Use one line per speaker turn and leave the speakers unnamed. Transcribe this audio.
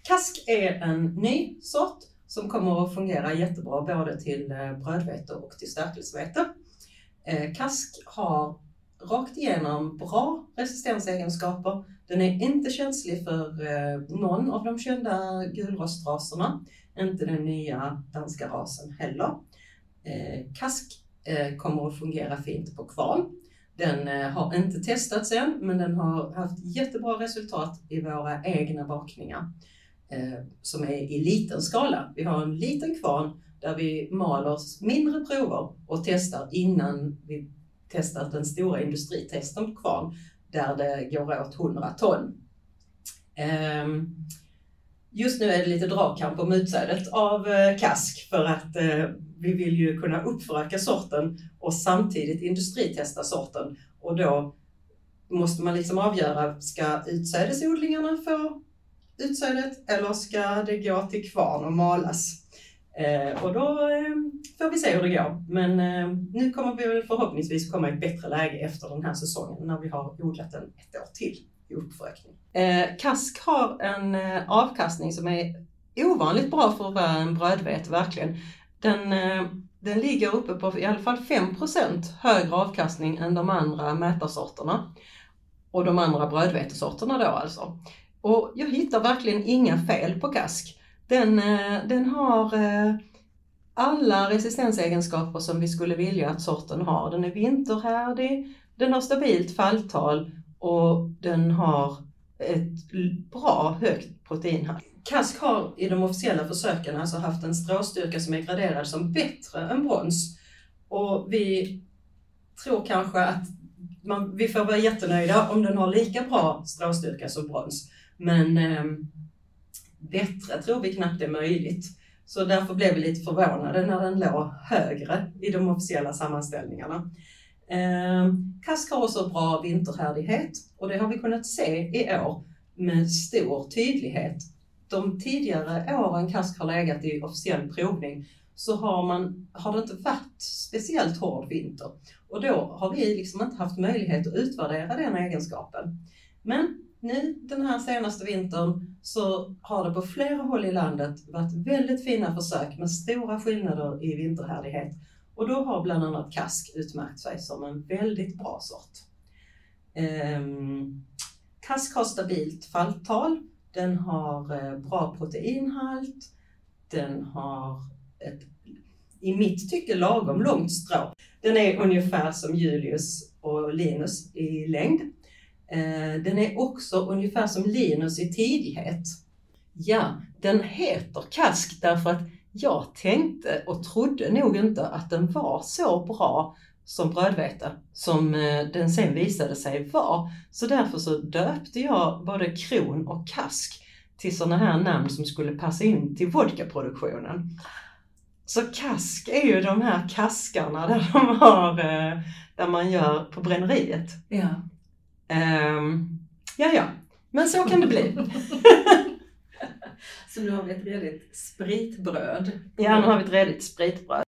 Kask är en ny sort som kommer att fungera jättebra både till brödvete och till stärkelsevete. Kask har rakt igenom bra resistensegenskaper. Den är inte känslig för någon av de kända gulrostraserna. Inte den nya danska rasen heller. Kask kommer att fungera fint på kvarn. Den har inte testats än, men den har haft jättebra resultat i våra egna bakningar som är i liten skala. Vi har en liten kvarn där vi maler mindre prover och testar innan vi testar den stora industritesten på kvarn där det går åt 100 ton. Just nu är det lite dragkamp om utsädet av kask för att vi vill ju kunna uppföröka sorten och samtidigt industritesta sorten. Och då måste man liksom avgöra, ska utsädesodlingarna få utsädet eller ska det gå till kvarn och malas? Och då får vi se hur det går. Men nu kommer vi väl förhoppningsvis komma i ett bättre läge efter den här säsongen när vi har odlat den ett år till i uppförökning. Kask har en avkastning som är ovanligt bra för att vara en brödvete verkligen. Den ligger uppe på i alla fall 5% högre avkastning än de andra mätarsorterna. Och de andra brödvetesorterna då alltså. Och jag hittar verkligen inga fel på kask. Den har alla resistensegenskaper som vi skulle vilja att sorten har. Den är vinterhärdig, den har stabilt falltal och den har ett bra högt proteinhalt. Kask har i de officiella försöken alltså haft en stråstyrka som är graderad som bättre än brons. Och vi tror kanske att vi får vara jättenöjda om den har lika bra stråstyrka som brons. Men bättre tror vi knappt är möjligt. Så därför blev vi lite förvånade när den låg högre i de officiella sammanställningarna. Kask har också bra vinterhärdighet och det har vi kunnat se i år med stor tydlighet. De tidigare åren kask har legat i officiell provning så har det inte varit speciellt hård vinter. Och då har vi liksom inte haft möjlighet att utvärdera den egenskapen. Men nu den här senaste vintern så har det på flera håll i landet varit väldigt fina försök med stora skillnader i vinterhärdighet. Och då har bland annat kask utmärkt sig som en väldigt bra sort. Kask har stabilt falltal. Den har bra proteinhalt. Den har ett, i mitt tycke, lagom långt strå. Den är ungefär som Julius och Linus i längd. Den är också ungefär som Linus i tidighet. Ja, den heter kask därför att jag tänkte och trodde nog inte att den var så bra som brödvete som den sen visade sig vara. Så därför så döpte jag både kron och kask till sådana här namn som skulle passa in till vodkaproduktionen. Så kask är ju de här kaskarna där man gör på bränneriet.
Ja.
Ja, men så kan det bli.
Så nu har vi ett redigt spritbröd.
Ja, nu har vi ett redigt spritbröd.